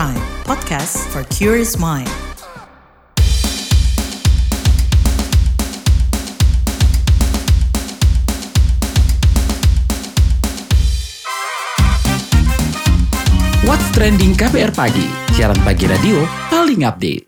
Prime, podcast for curious mind. What's Trending KBR Pagi, siaran pagi radio paling update.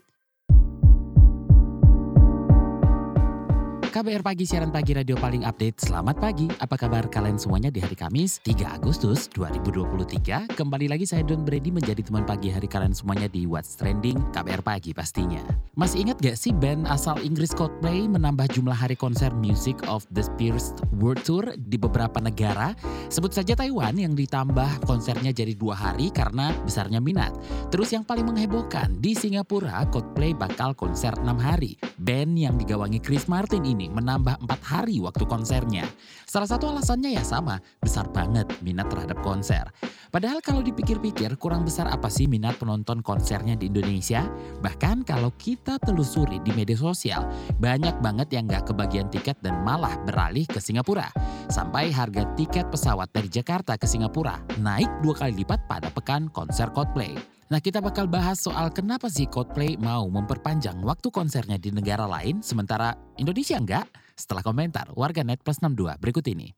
KBR Pagi, siaran pagi radio paling update. Selamat pagi, apa kabar kalian semuanya di hari Kamis 3 Agustus 2023? Kembali lagi saya Don Brady menjadi teman pagi hari kalian semuanya di What's Trending KBR Pagi pastinya. Masih ingat gak sih band asal Inggris Coldplay menambah jumlah hari konser Music of the Spheres World Tour di beberapa negara? Sebut saja Taiwan yang ditambah konsernya jadi 2 hari karena besarnya minat. Terus yang paling menghebohkan, di Singapura Coldplay bakal konser 6 hari. Band yang digawangi Chris Martin ini menambah 4 hari waktu konsernya. Salah satu alasannya ya sama, besar banget minat terhadap konser. Padahal kalau dipikir-pikir kurang besar apa sih minat penonton konsernya di Indonesia? Bahkan kalau kita telusuri di media sosial, banyak banget yang gak kebagian tiket dan malah beralih ke Singapura. Sampai harga tiket pesawat dari Jakarta ke Singapura naik 2 kali lipat pada pekan konser Coldplay. Nah, kita bakal bahas soal kenapa sih Coldplay mau memperpanjang waktu konsernya di negara lain sementara Indonesia enggak? Setelah komentar warganet plus 62 berikut ini.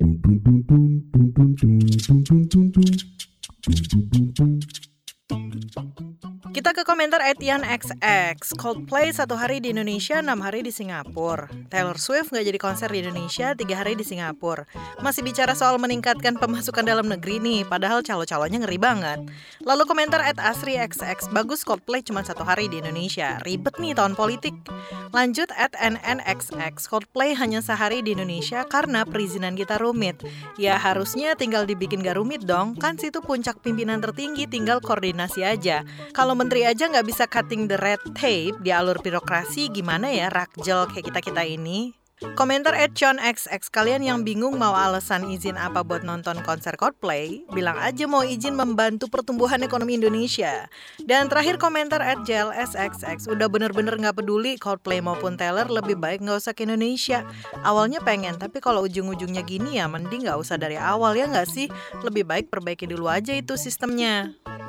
Kita ke komentar @yanxx. Coldplay 1 hari di Indonesia, 6 hari di Singapura. Taylor Swift gak jadi konser di Indonesia, 3 hari di Singapura. Masih bicara soal meningkatkan pemasukan dalam negeri nih, padahal calo-calonya ngeri banget. Lalu komentar @asrixx. Bagus Coldplay cuma 1 hari di Indonesia, ribet nih tahun politik. Lanjut @nnxx. Coldplay hanya sehari di Indonesia karena perizinan kita rumit. Ya harusnya tinggal dibikin gak rumit dong, kan situ puncak pimpinan tertinggi, tinggal koordinasi aja. Kalau menteri aja nggak bisa cutting the red tape di alur birokrasi, gimana ya rakjel kayak kita-kita ini? Komentar @ChonXX, kalian yang bingung mau alasan izin apa buat nonton konser Coldplay, bilang aja mau izin membantu pertumbuhan ekonomi Indonesia. Dan terakhir komentar @JLSXX, udah bener-bener gak peduli Coldplay maupun Taylor, lebih baik gak usah ke Indonesia. Awalnya pengen, tapi kalau ujung-ujungnya gini ya mending gak usah dari awal, ya gak sih? Lebih baik perbaiki dulu aja itu sistemnya.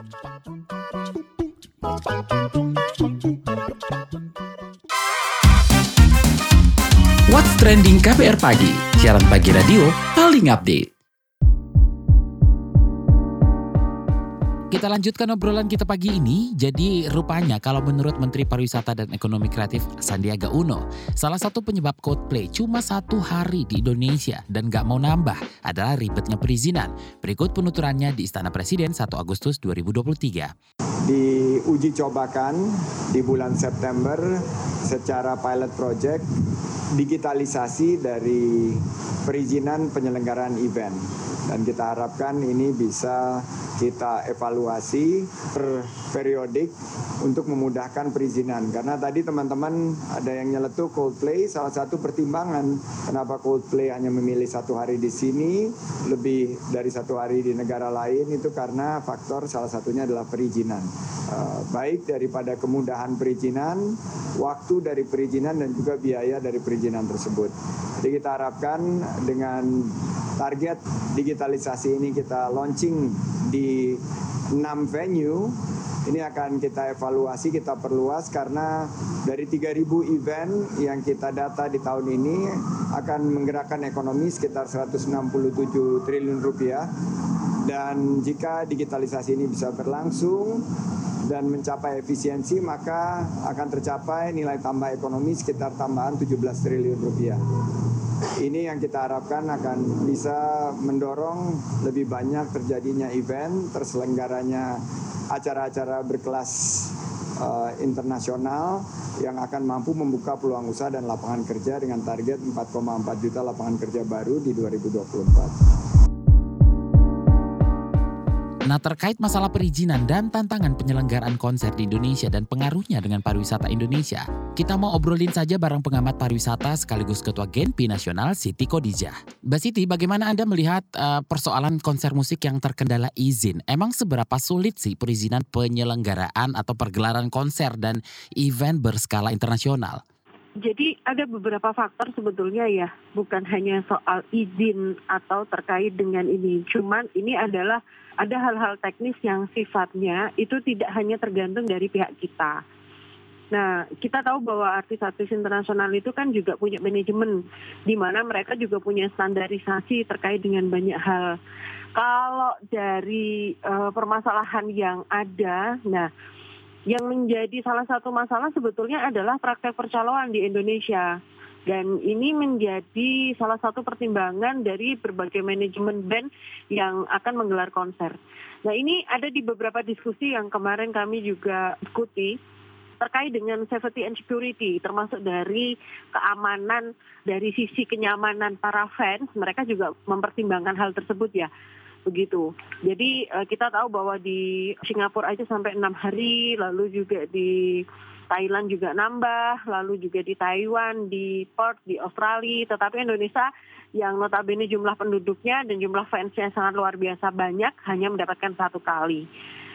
What's Trending KBR Pagi, siaran pagi radio paling update. Kita lanjutkan obrolan kita pagi ini. Jadi rupanya kalau menurut Menteri Pariwisata dan Ekonomi Kreatif Sandiaga Uno, salah satu penyebab Coldplay cuma 1 hari di Indonesia dan gak mau nambah adalah ribetnya perizinan. Berikut penuturannya di Istana Presiden 1 Agustus 2023. Diuji cobakan di bulan September secara pilot project digitalisasi dari perizinan penyelenggaraan event. Dan kita harapkan ini bisa kita evaluasi periodik untuk memudahkan perizinan. Karena tadi teman-teman ada yang nyeletuk Coldplay, salah satu pertimbangan kenapa Coldplay hanya memilih 1 hari di sini, lebih dari 1 hari di negara lain, itu karena faktor salah satunya adalah perizinan. Baik daripada kemudahan perizinan, waktu dari perizinan, dan juga biaya dari perizinan tersebut. Jadi kita harapkan dengan target digitalisasi ini kita launching di 6 venue, ini akan kita evaluasi, kita perluas karena dari 3.000 event yang kita data di tahun ini akan menggerakkan ekonomi sekitar 167 triliun rupiah. Dan jika digitalisasi ini bisa berlangsung dan mencapai efisiensi, maka akan tercapai nilai tambah ekonomi sekitar tambahan 17 triliun rupiah. Ini yang kita harapkan akan bisa mendorong lebih banyak terjadinya event, terselenggaranya acara-acara berkelas internasional yang akan mampu membuka peluang usaha dan lapangan kerja dengan target 4,4 juta lapangan kerja baru di 2024. Nah, terkait masalah perizinan dan tantangan penyelenggaraan konser di Indonesia dan pengaruhnya dengan pariwisata Indonesia, kita mau obrolin saja bareng pengamat pariwisata sekaligus Ketua Genpi Nasional Siti Khadijah. Mbak Siti, bagaimana Anda melihat persoalan konser musik yang terkendala izin? Emang seberapa sulit sih perizinan penyelenggaraan atau pergelaran konser dan event berskala internasional? Jadi ada beberapa faktor sebetulnya ya, bukan hanya soal izin atau terkait dengan ini. Cuman ini adalah ada hal-hal teknis yang sifatnya itu tidak hanya tergantung dari pihak kita. Nah, kita tahu bahwa artis-artis internasional itu kan juga punya manajemen, di mana mereka juga punya standarisasi terkait dengan banyak hal. Kalau dari permasalahan yang ada, nah yang menjadi salah satu masalah sebetulnya adalah praktek percaloan di Indonesia. Dan ini menjadi salah satu pertimbangan dari berbagai manajemen band yang akan menggelar konser. Nah, ini ada di beberapa diskusi yang kemarin kami juga ikuti terkait dengan safety and security, termasuk dari keamanan, dari sisi kenyamanan para fans, mereka juga mempertimbangkan hal tersebut ya. Begitu. Jadi kita tahu bahwa di Singapura aja sampai 6 hari, lalu juga di Thailand juga nambah, lalu juga di Taiwan, di Perth, di Australia. Tetapi Indonesia yang notabene jumlah penduduknya dan jumlah fansnya sangat luar biasa banyak, hanya mendapatkan 1 kali.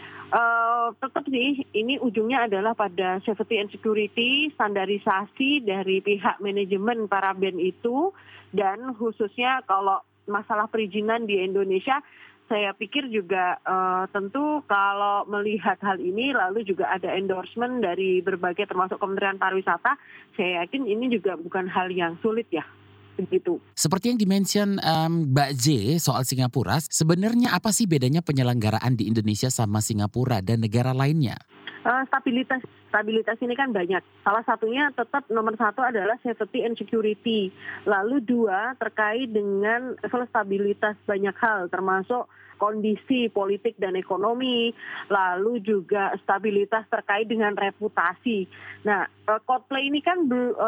Tetap sih, ini ujungnya adalah pada safety and security, standarisasi dari pihak manajemen para band itu, dan khususnya kalau masalah perizinan di Indonesia, saya pikir juga tentu kalau melihat hal ini lalu juga ada endorsement dari berbagai termasuk Kementerian Pariwisata, saya yakin ini juga bukan hal yang sulit ya. Begitu. Seperti yang dimention Mbak J soal Singapura, sebenarnya apa sih bedanya penyelenggaraan di Indonesia sama Singapura dan negara lainnya? Stabilitas ini kan banyak. Salah satunya tetap nomor 1 adalah safety and security. Lalu 2 terkait dengan level stabilitas banyak hal, termasuk kondisi politik dan ekonomi, lalu juga stabilitas terkait dengan reputasi. Nah, Coldplay ini kan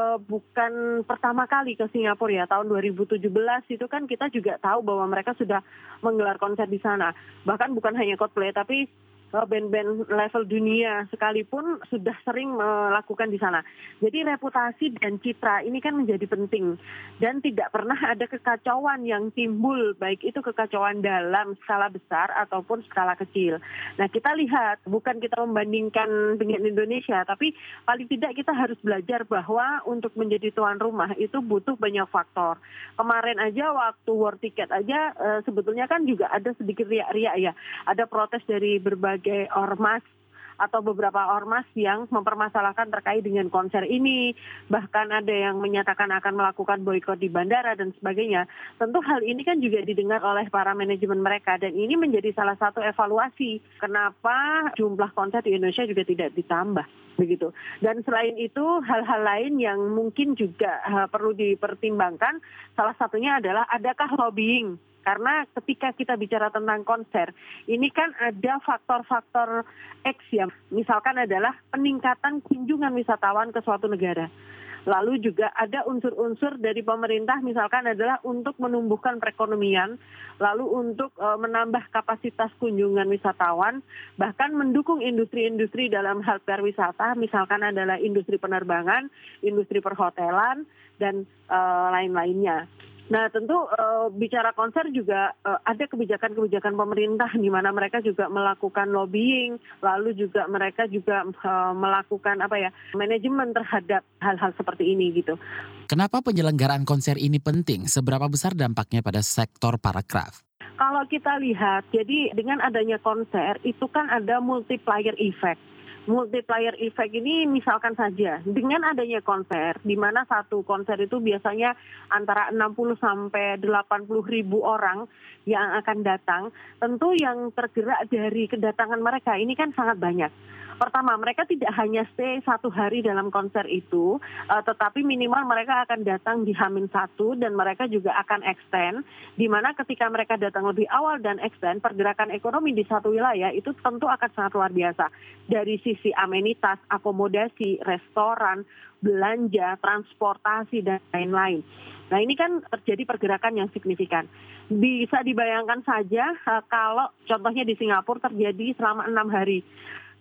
bukan pertama kali ke Singapura ya. Tahun 2017 itu kan kita juga tahu bahwa mereka sudah menggelar konser di sana. Bahkan bukan hanya Coldplay, tapi band-band level dunia sekalipun sudah sering melakukan di sana. Jadi reputasi dan citra ini kan menjadi penting. Dan tidak pernah ada kekacauan yang timbul, baik itu kekacauan dalam skala besar ataupun skala kecil. Nah, kita lihat, bukan kita membandingkan dengan Indonesia, tapi paling tidak kita harus belajar bahwa untuk menjadi tuan rumah itu butuh banyak faktor. Kemarin aja waktu war ticket aja sebetulnya kan juga ada sedikit riak-riak ya. Ada protes dari berbagai ormas atau beberapa ormas yang mempermasalahkan terkait dengan konser ini, bahkan ada yang menyatakan akan melakukan boikot di bandara dan sebagainya. Tentu hal ini kan juga didengar oleh para manajemen mereka, dan ini menjadi salah satu evaluasi kenapa jumlah konser di Indonesia juga tidak ditambah begitu. Dan selain itu hal-hal lain yang mungkin juga perlu dipertimbangkan, salah satunya adalah adakah lobbying. Karena ketika kita bicara tentang konser, ini kan ada faktor-faktor X ya. Misalkan adalah peningkatan kunjungan wisatawan ke suatu negara. Lalu juga ada unsur-unsur dari pemerintah, misalkan adalah untuk menumbuhkan perekonomian, lalu untuk menambah kapasitas kunjungan wisatawan, bahkan mendukung industri-industri dalam hal pariwisata, misalkan adalah industri penerbangan, industri perhotelan, dan lain-lainnya. Nah, tentu bicara konser juga ada kebijakan-kebijakan pemerintah di mana mereka juga melakukan lobbying, lalu juga mereka juga melakukan manajemen terhadap hal-hal seperti ini gitu. Kenapa penyelenggaraan konser ini penting? Seberapa besar dampaknya pada sektor paragraf? Kalau kita lihat, jadi dengan adanya konser itu kan ada multiplier effect. Multiplier effect ini misalkan saja dengan adanya konser, di mana satu konser itu biasanya antara 60 sampai 80 ribu orang yang akan datang, tentu yang tergerak dari kedatangan mereka ini kan sangat banyak. Pertama, mereka tidak hanya stay 1 hari dalam konser itu, tetapi minimal mereka akan datang di H-1 dan mereka juga akan extend, di mana ketika mereka datang lebih awal dan extend, pergerakan ekonomi di satu wilayah itu tentu akan sangat luar biasa. Dari sisi amenitas, akomodasi, restoran, belanja, transportasi, dan lain-lain. Nah, ini kan terjadi pergerakan yang signifikan. Bisa dibayangkan saja kalau contohnya di Singapura terjadi selama 6 hari.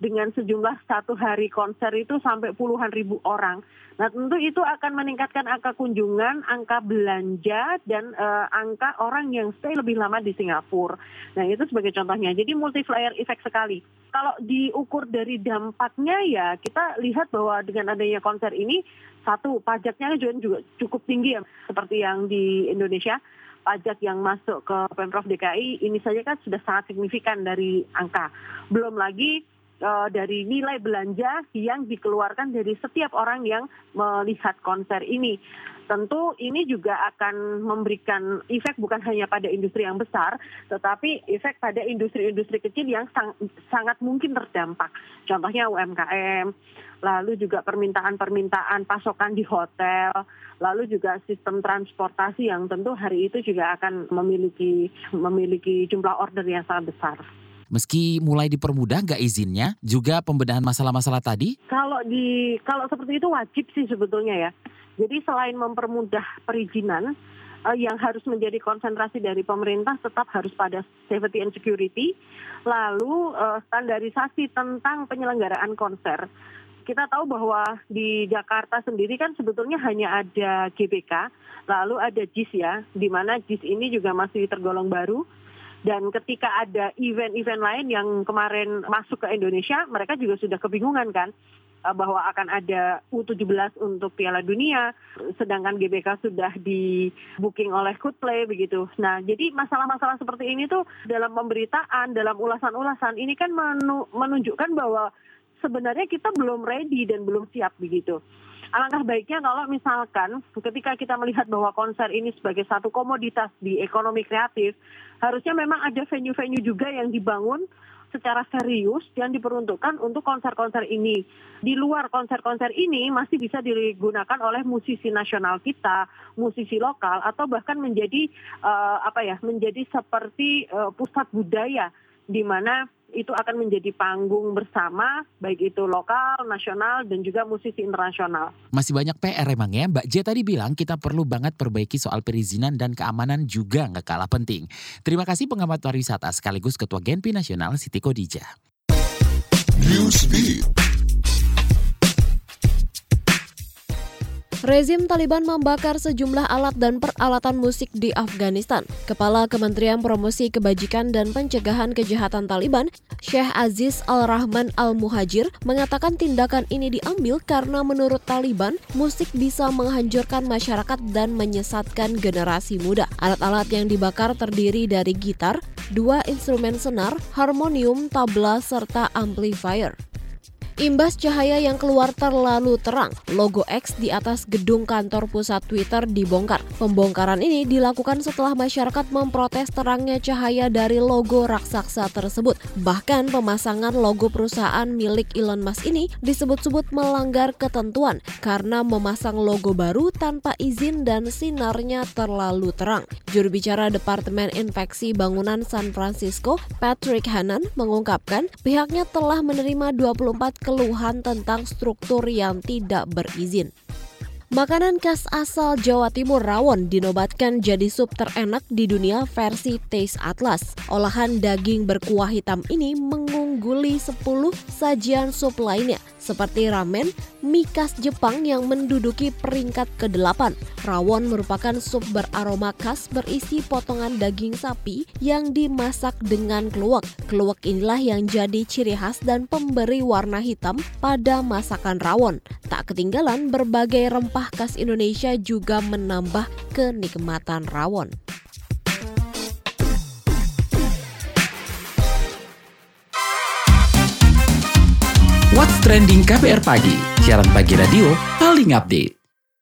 dengan sejumlah satu hari konser itu sampai puluhan ribu orang. Nah tentu itu akan meningkatkan angka kunjungan, angka belanja, dan angka orang yang stay lebih lama di Singapura. Nah itu sebagai contohnya, jadi multiplier effect sekali. Kalau diukur dari dampaknya ya kita lihat bahwa dengan adanya konser ini, satu, pajaknya juga cukup tinggi ya, seperti yang di Indonesia. Pajak yang masuk ke Pemprov DKI ini saja kan sudah sangat signifikan dari angka. Belum lagi dari nilai belanja yang dikeluarkan dari setiap orang yang melihat konser ini. Tentu ini juga akan memberikan efek bukan hanya pada industri yang besar, tetapi efek pada industri-industri kecil yang sangat mungkin terdampak. Contohnya UMKM, lalu juga permintaan pasokan di hotel, lalu juga sistem transportasi yang tentu hari itu juga akan memiliki jumlah order yang sangat besar. Meski mulai dipermudah nggak izinnya, juga pembenahan masalah-masalah tadi? Kalau seperti itu wajib sih sebetulnya ya. Jadi selain mempermudah perizinan, yang harus menjadi konsentrasi dari pemerintah tetap harus pada safety and security, lalu standarisasi tentang penyelenggaraan konser. Kita tahu bahwa di Jakarta sendiri kan sebetulnya hanya ada GBK, lalu ada JIS ya, di mana JIS ini juga masih tergolong baru. Dan ketika ada event-event lain yang kemarin masuk ke Indonesia, mereka juga sudah kebingungan kan bahwa akan ada U17 untuk Piala Dunia, sedangkan GBK sudah di booking oleh Coldplay begitu. Nah, jadi masalah-masalah seperti ini tuh dalam pemberitaan, dalam ulasan-ulasan ini kan menunjukkan bahwa sebenarnya kita belum ready dan belum siap begitu. Alangkah baiknya kalau misalkan ketika kita melihat bahwa konser ini sebagai satu komoditas di ekonomi kreatif, harusnya memang ada venue-venue juga yang dibangun secara serius yang diperuntukkan untuk konser-konser ini. Di luar konser-konser ini masih bisa digunakan oleh musisi nasional kita, musisi lokal, atau bahkan menjadi menjadi seperti pusat budaya di mana itu akan menjadi panggung bersama, baik itu lokal, nasional, dan juga musisi internasional. Masih banyak PR emang ya. Mbak J tadi bilang kita perlu banget perbaiki soal perizinan dan keamanan juga nggak kalah penting. Terima kasih pengamat pariwisata sekaligus Ketua Genpi Nasional Siti Khadijah. Newsbeat. Rezim Taliban membakar sejumlah alat dan peralatan musik di Afghanistan. Kepala Kementerian Promosi Kebajikan dan Pencegahan Kejahatan Taliban, Syekh Aziz Al-Rahman Al-Muhajir, mengatakan tindakan ini diambil karena menurut Taliban, musik bisa menghancurkan masyarakat dan menyesatkan generasi muda. Alat-alat yang dibakar terdiri dari gitar, 2 instrumen senar, harmonium, tabla, serta amplifier. Imbas cahaya yang keluar terlalu terang, logo X di atas gedung kantor pusat Twitter dibongkar. Pembongkaran ini dilakukan setelah masyarakat memprotes terangnya cahaya dari logo raksasa tersebut. Bahkan pemasangan logo perusahaan milik Elon Musk ini disebut-sebut melanggar ketentuan karena memasang logo baru tanpa izin dan sinarnya terlalu terang. Juru bicara Departemen Infeksi Bangunan San Francisco, Patrick Hannan, mengungkapkan pihaknya telah menerima 24 keluhan tentang struktur yang tidak berizin. Makanan khas asal Jawa Timur rawon dinobatkan jadi sup terenak di dunia versi Taste Atlas. Olahan daging berkuah hitam ini mengungguli 10 sajian sup lainnya, seperti ramen, mie khas Jepang yang menduduki peringkat ke-8. Rawon merupakan sup beraroma khas berisi potongan daging sapi yang dimasak dengan kluwek. Kluwek inilah yang jadi ciri khas dan pemberi warna hitam pada masakan rawon. Tak ketinggalan berbagai rempah khas Indonesia juga menambah kenikmatan rawon. What's Trending KBR Pagi, siaran pagi radio paling update.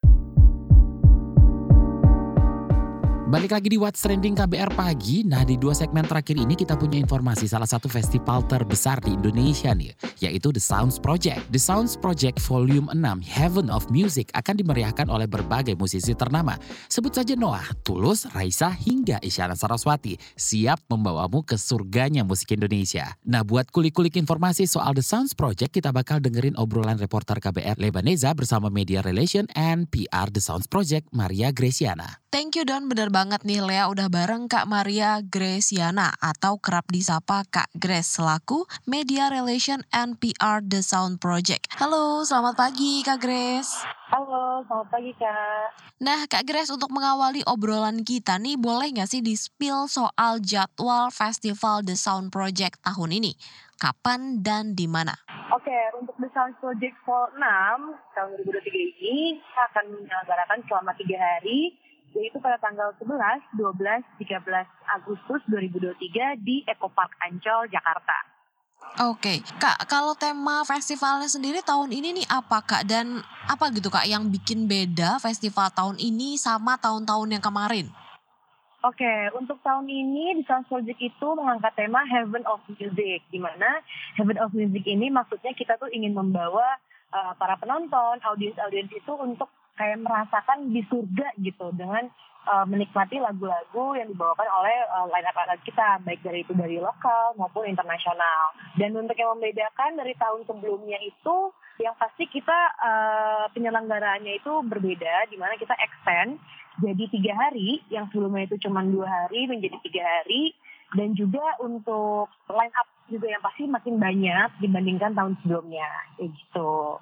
Balik lagi di What's Trending KBR Pagi. Nah, di 2 segmen terakhir ini kita punya informasi salah satu festival terbesar di Indonesia nih, yaitu The Sounds Project. The Sounds Project Volume 6 Heaven of Music akan dimeriahkan oleh berbagai musisi ternama. Sebut saja Noah, Tulus, Raisa, hingga Isyana Saraswati siap membawamu ke surganya musik Indonesia. Nah, buat kulik-kulik informasi soal The Sounds Project, kita bakal dengerin obrolan reporter KBR Lebaneza bersama Media Relation and PR The Sounds Project, Maria Gresiana. Thank you Don, benar banget. banget nih Lea udah bareng Kak Maria Gresiana atau kerap disapa Kak Grace selaku Media Relation and PR The Sound Project. Halo, selamat pagi Kak Grace. Halo, selamat pagi Kak. Nah Kak Grace, untuk mengawali obrolan kita nih, boleh nggak sih di-spill soal jadwal Festival The Sound Project tahun ini? Kapan dan di mana? Oke, untuk The Sound Project Fall 6 tahun 2023 ini kita akan menyelenggarakan selama 3 hari, yaitu pada tanggal 11, 12, 13 Agustus 2023 di Eco Park Ancol, Jakarta. Oke, Kak, kalau tema festivalnya sendiri tahun ini nih apa Kak? Dan apa gitu Kak yang bikin beda festival tahun ini sama tahun-tahun yang kemarin? Oke, untuk tahun ini The Sound Project itu mengangkat tema Heaven of Music, di mana Heaven of Music ini maksudnya kita tuh ingin membawa para penonton, audiens itu untuk kayak merasakan di surga gitu dengan menikmati lagu-lagu yang dibawakan oleh line-up kita, baik dari lokal maupun internasional. Dan untuk yang membedakan dari tahun sebelumnya itu, yang pasti kita penyelenggaraannya itu berbeda, di mana kita extend jadi 3 hari, yang sebelumnya itu cuma 2 hari menjadi 3 hari, dan juga untuk line up juga yang pasti makin banyak dibandingkan tahun sebelumnya, kayak gitu.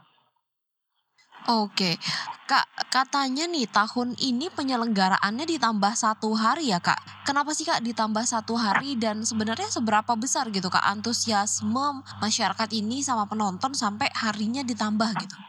Oke, Kak, katanya nih tahun ini penyelenggaraannya ditambah 1 hari ya Kak. Kenapa sih Kak ditambah 1 hari, dan sebenarnya seberapa besar gitu Kak antusiasme masyarakat ini sama penonton sampai harinya ditambah gitu?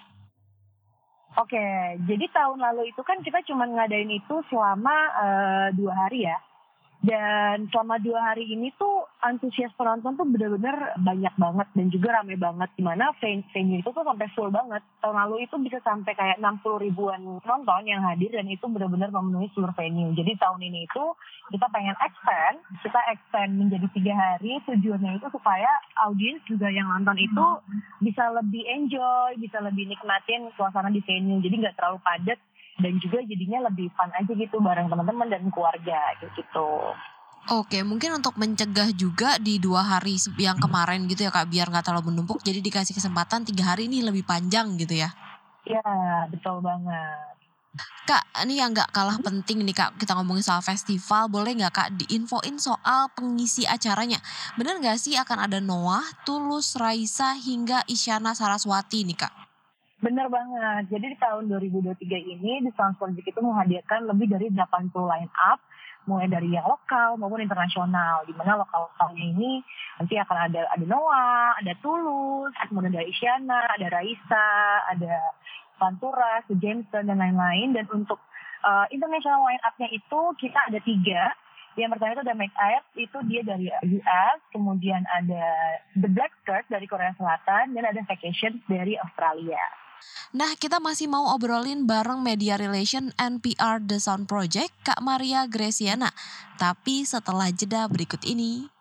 Oke, jadi tahun lalu itu kan kita cuma ngadain itu selama 2 hari ya. Dan selama 2 hari ini tuh antusias penonton tuh benar-benar banyak banget dan juga ramai banget. Dimana venue itu tuh sampai full banget. Tahun lalu itu bisa sampai kayak 60 ribuan penonton yang hadir, dan itu benar-benar memenuhi seluruh venue. Jadi tahun ini itu kita pengen extend menjadi 3 hari. Tujuannya itu supaya audiens juga yang nonton itu bisa lebih enjoy, bisa lebih nikmatin suasana di venue. Jadi nggak terlalu padat, dan juga jadinya lebih fun aja gitu bareng teman-teman dan keluarga gitu. Oke, mungkin untuk mencegah juga di 2 hari yang kemarin gitu ya Kak, biar nggak terlalu menumpuk, jadi dikasih kesempatan 3 hari ini lebih panjang gitu ya? Iya, betul banget. Kak, ini yang nggak kalah penting nih Kak, kita ngomongin soal festival, boleh nggak Kak diinfoin soal pengisi acaranya? Bener nggak sih akan ada Noah, Tulus, Raisa, hingga Isyana Saraswati nih Kak? Bener banget. Jadi di tahun 2023 ini The Sound Project itu menghadirkan lebih dari 80 line up, mulai dari yang lokal maupun internasional. Di mana lokal-lokalnya ini nanti akan ada Noah, ada Tulus, kemudian ada Isyana, ada Raisa, ada Pantura, Jameson, dan lain-lain. Dan untuk international line up-nya itu kita ada 3. Yang pertama itu ada Make Air, itu dia dari US, kemudian ada The Black Skirt dari Korea Selatan, dan ada Vacation dari Australia. Nah, kita masih mau obrolin bareng Media Relation and PR The Sound Project, Kak Maria Gresiana. Tapi setelah jeda berikut ini.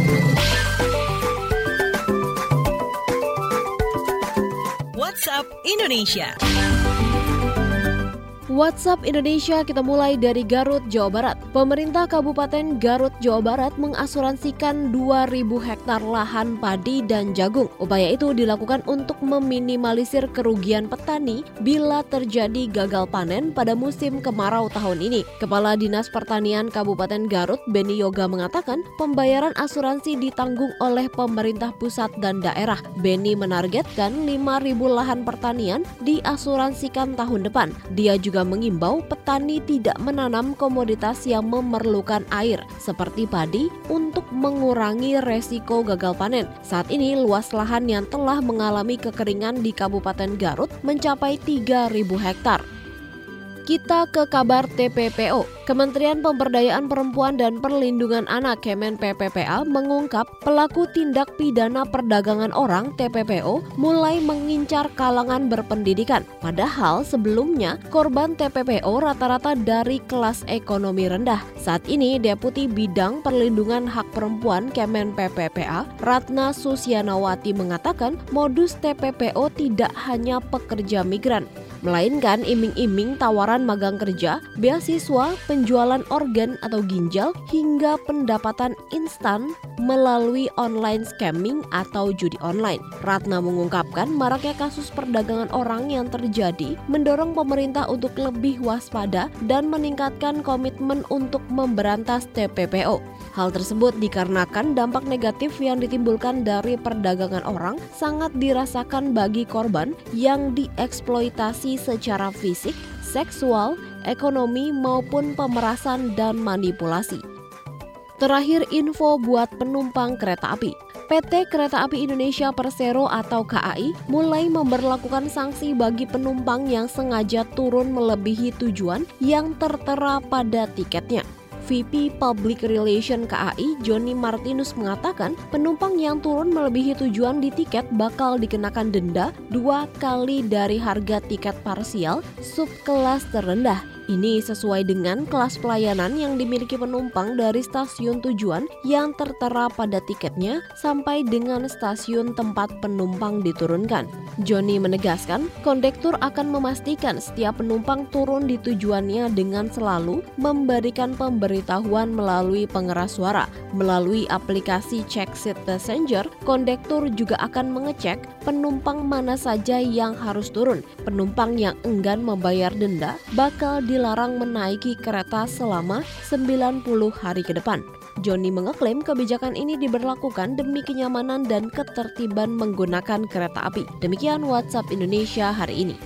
WhatsApp Indonesia. WhatsApp Indonesia, kita mulai dari Garut, Jawa Barat. Pemerintah Kabupaten Garut, Jawa Barat mengasuransikan 2.000 hektar lahan padi dan jagung. Upaya itu dilakukan untuk meminimalisir kerugian petani bila terjadi gagal panen pada musim kemarau tahun ini. Kepala Dinas Pertanian Kabupaten Garut, Beni Yoga, mengatakan pembayaran asuransi ditanggung oleh pemerintah pusat dan daerah. Beni menargetkan 5.000 lahan pertanian diasuransikan tahun depan. Dia juga mengimbau petani tidak menanam komoditas yang memerlukan air seperti padi untuk mengurangi resiko gagal panen. Saat ini luas lahan yang telah mengalami kekeringan di Kabupaten Garut mencapai 3.000 hektar. Kita ke kabar TPPO. Kementerian Pemberdayaan Perempuan dan Perlindungan Anak Kemen PPPA mengungkap pelaku tindak pidana perdagangan orang TPPO mulai mengincar kalangan berpendidikan. Padahal sebelumnya korban TPPO rata-rata dari kelas ekonomi rendah. Saat ini Deputi Bidang Perlindungan Hak Perempuan Kemen PPPA Ratna Susyanawati mengatakan modus TPPO tidak hanya pekerja migran. melainkan iming-iming tawaran magang kerja, beasiswa, penjualan organ atau ginjal, hingga pendapatan instan melalui online scamming atau judi online. Ratna mengungkapkan maraknya kasus perdagangan orang yang terjadi mendorong pemerintah untuk lebih waspada dan meningkatkan komitmen untuk memberantas TPPO. Hal tersebut dikarenakan dampak negatif yang ditimbulkan dari perdagangan orang sangat dirasakan bagi korban yang dieksploitasi secara fisik, seksual, ekonomi maupun pemerasan dan manipulasi. Terakhir info buat penumpang kereta api. PT Kereta Api Indonesia Persero atau KAI mulai memberlakukan sanksi bagi penumpang yang sengaja turun melebihi tujuan yang tertera pada tiketnya. VP Public Relation KAI, Johnny Martinus mengatakan penumpang yang turun melebihi tujuan di tiket bakal dikenakan denda 2 kali dari harga tiket parsial subkelas terendah. Ini sesuai dengan kelas pelayanan yang dimiliki penumpang dari stasiun tujuan yang tertera pada tiketnya sampai dengan stasiun tempat penumpang diturunkan. Johnny menegaskan, kondektur akan memastikan setiap penumpang turun di tujuannya dengan selalu memberikan pemberitahuan melalui pengeras suara. Melalui aplikasi Check Seat Passenger, kondektur juga akan mengecek penumpang mana saja yang harus turun. Penumpang yang enggan membayar denda bakal dilarang menaiki kereta selama 90 hari ke depan. Johnny mengeklaim kebijakan ini diberlakukan demi kenyamanan dan ketertiban menggunakan kereta api. Demikian WhatsApp Indonesia hari ini.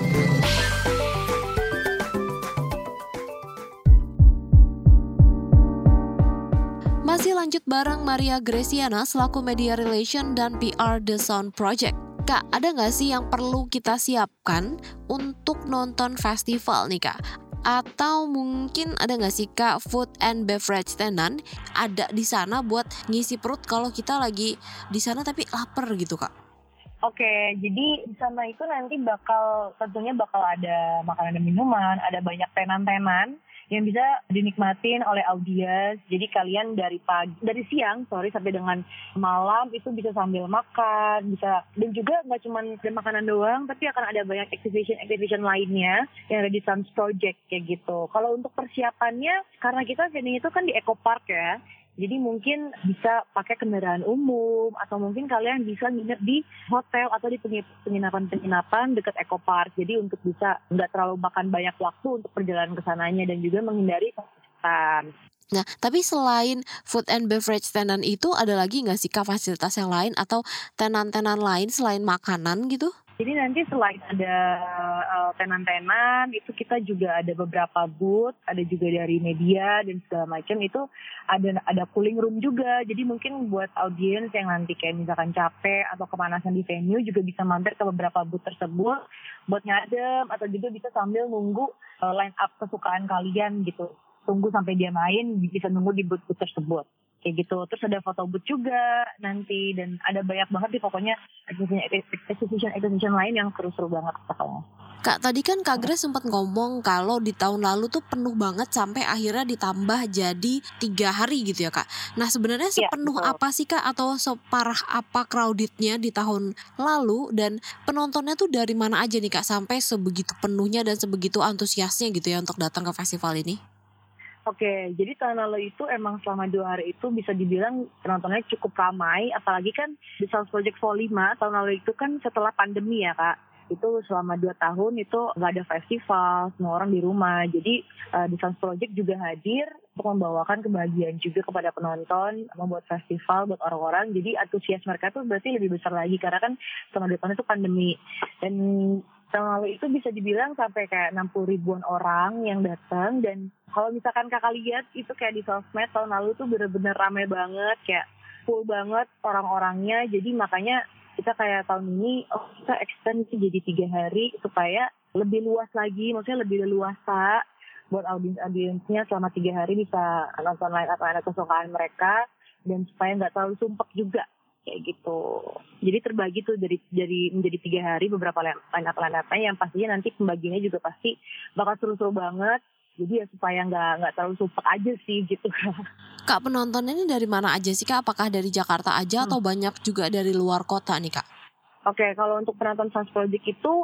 Masih lanjut bareng Maria Gresiana selaku Media Relation dan PR The Sound Project. Kak, ada nggak sih yang perlu kita siapkan untuk nonton festival nih Kak? Atau mungkin ada nggak sih Kak food and beverage tenant ada di sana buat ngisi perut kalau kita lagi di sana tapi lapar gitu Kak? Oke, jadi di sana itu nanti tentunya bakal ada makanan dan minuman, ada banyak tenan-tenan yang bisa dinikmatin oleh audiens. Jadi kalian dari siang sampai dengan malam itu bisa sambil makan, bisa, dan juga nggak cuma makanan doang, tapi akan ada banyak exhibition lainnya yang ada di Sound Project kayak gitu. Kalau untuk persiapannya, karena kita venue itu kan di Eco Park ya, jadi mungkin bisa pakai kendaraan umum atau mungkin kalian bisa nginep di hotel atau di penginapan dekat Eco Park. Jadi untuk bisa nggak terlalu makan banyak waktu untuk perjalanan ke sananya dan juga menghindari kemacetan. Nah, tapi selain food and beverage tenant itu ada lagi nggak sih Kak fasilitas yang lain atau tenan-tenan lain selain makanan gitu? Jadi nanti selain ada tenan-tenan, itu kita juga ada beberapa booth, ada juga dari media dan segala macam, itu ada cooling room juga. Jadi mungkin buat audiens yang nanti kayak misalkan capek atau kepanasan di venue juga bisa mampir ke beberapa booth tersebut buat ngadem atau juga bisa sambil nunggu line up kesukaan kalian gitu. Tunggu sampai dia main, bisa nunggu di booth-booth tersebut. Kayak gitu. Terus ada foto booth juga nanti, dan ada banyak banget di pokoknya exhibition lain yang seru-seru banget pokoknya. Kak, tadi kan Kak Grace sempat ngomong kalau di tahun lalu tuh penuh banget sampai akhirnya ditambah jadi 3 hari gitu ya Kak. Nah sebenarnya sepenuh apa sih Kak atau separah apa crowdednya di tahun lalu, dan penontonnya tuh dari mana aja nih Kak sampai sebegitu penuhnya dan sebegitu antusiasnya gitu ya untuk datang ke festival ini? Oke, jadi tahun lalu itu emang selama 2 hari itu bisa dibilang penontonnya cukup ramai, apalagi kan di Sound Project Vol 5 tahun lalu itu kan setelah pandemi ya Kak. Itu selama 2 tahun itu nggak ada festival, semua orang di rumah. Jadi di Sound Project juga hadir untuk membawakan kebahagiaan juga kepada penonton, membuat festival buat orang-orang. Jadi antusias mereka tuh berarti lebih besar lagi karena kan selama 2 tahun itu pandemi. Dan tahun lalu itu bisa dibilang sampai kayak 60 ribuan orang yang datang, dan kalau misalkan Kakak lihat itu kayak di sosmed tahun lalu tuh bener-bener ramai banget, kayak full banget orang-orangnya. Jadi makanya kita kayak tahun ini kita extend itu jadi 3 hari supaya lebih luas lagi, maksudnya lebih leluasa buat audiensnya selama 3 hari bisa nonton line up kesukaan mereka, dan supaya nggak terlalu sumpek juga. Kayak gitu. Jadi terbagi tuh menjadi 3 hari beberapa line-up yang pastinya nanti pembagiannya juga pasti bakal seru-seru banget. Jadi ya supaya nggak terlalu sumpek aja sih gitu. Kak, penontonnya ini dari mana aja sih Kak? Apakah dari Jakarta aja atau banyak juga dari luar kota nih Kak? Oke, kalau untuk penonton Sound Project itu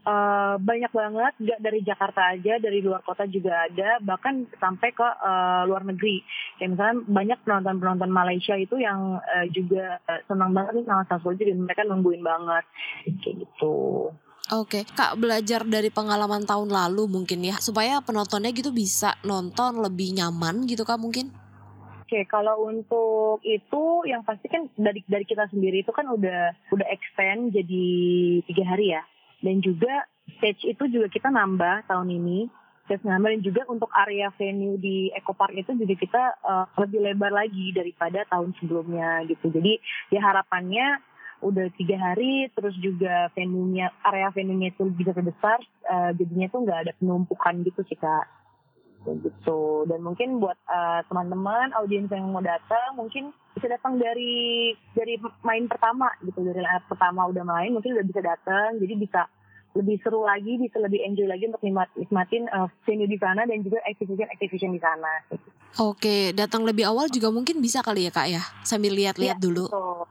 Banyak banget, nggak dari Jakarta aja, dari luar kota juga ada, bahkan sampai ke luar negeri. Kayak misalnya banyak penonton-penonton Malaysia itu yang juga senang banget nih sama Sounds Project, dan mereka nungguin banget kayak gitu. Oke, Kak, belajar dari pengalaman tahun lalu mungkin ya, supaya penontonnya gitu bisa nonton lebih nyaman gitu Kak mungkin? Oke, kalau untuk itu yang pasti kan dari kita sendiri itu kan udah expand jadi 3 hari ya. Dan juga stage itu juga kita nambah tahun ini. Dan juga untuk area venue di Eco Park itu juga kita lebih lebar lagi daripada tahun sebelumnya gitu. Jadi ya harapannya udah 3 hari, terus juga area venue-nya itu bisa terbesar, jadinya tuh nggak ada penumpukan gitu sih Kak. Gitu. Dan mungkin buat teman-teman audiens yang mau datang mungkin bisa datang dari main pertama gitu, dari line pertama udah main mungkin udah bisa datang, jadi bisa lebih seru lagi, bisa lebih enjoy lagi untuk nikmatin venue di sana dan juga activation di sana. Oke, datang lebih awal juga mungkin bisa kali ya Kak ya, sambil lihat-lihat dulu.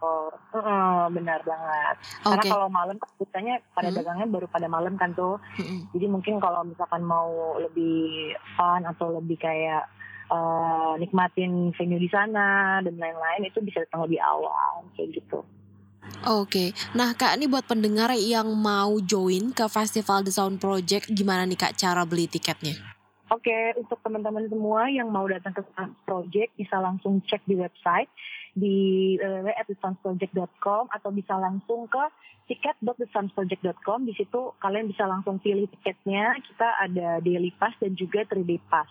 Benar banget. Oke. Karena kalau malam kan biasanya pada dagangnya baru pada malam kan tuh. Jadi mungkin kalau misalkan mau lebih fun atau lebih kayak nikmatin venue di sana dan lain-lain, itu bisa datang lebih awal kayak gitu. Oke, nah Kak, ini buat pendengar yang mau join ke Festival The Sound Project, gimana nih Kak cara beli tiketnya? Oke, untuk teman-teman semua yang mau datang ke Sounds Project bisa langsung cek di website di www.thesoundsproject.com atau bisa langsung ke ticket.thesoundsproject.com. Di situ kalian bisa langsung pilih tiketnya. Kita ada daily pass dan juga 3-day pass.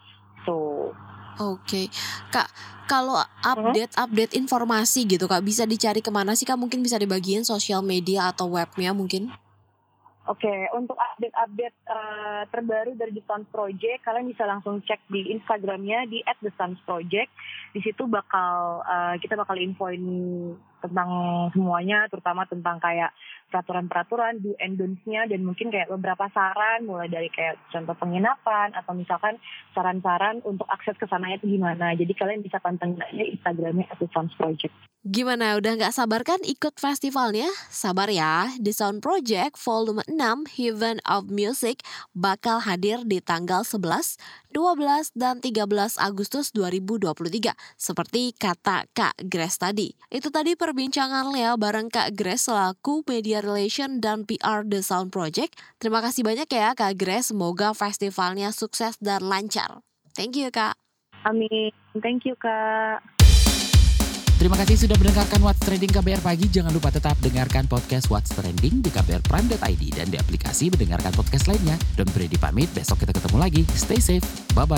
Oke, Kak, kalau update informasi gitu Kak, bisa dicari kemana sih Kak? Mungkin bisa dibagiin sosial media atau webnya mungkin? Oke, untuk update terbaru dari The Sounds Project, kalian bisa langsung cek di Instagramnya di @thesoundsproject. Di situ kita bakal infoin tentang semuanya, terutama tentang kayak peraturan-peraturan, do and don'ts-nya, dan mungkin kayak beberapa saran, mulai dari kayak contoh penginapan, atau misalkan saran-saran untuk akses ke sananya itu gimana. Jadi kalian bisa pantengin aja Instagramnya The Sounds Project. Gimana, udah gak sabar kan ikut festivalnya? Sabar ya, The Sound Project Volume 6 Heaven of Music bakal hadir di tanggal 11, 12, dan 13 Agustus 2023. Seperti kata Kak Grace tadi. Itu tadi perbincangan Lea bareng Kak Grace selaku Media Relation dan PR The Sound Project. Terima kasih banyak ya Kak Grace, semoga festivalnya sukses dan lancar. Thank you Kak. Amin, thank you Kak. Terima kasih sudah mendengarkan What's Trending KBR Pagi. Jangan lupa tetap dengarkan podcast What's Trending di kbrprime.id dan di aplikasi mendengarkan podcast lainnya. Don Brady pamit, besok kita ketemu lagi. Stay safe, bye-bye.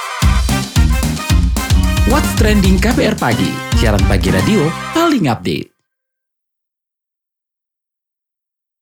What's Trending KBR Pagi, siaran pagi radio paling update.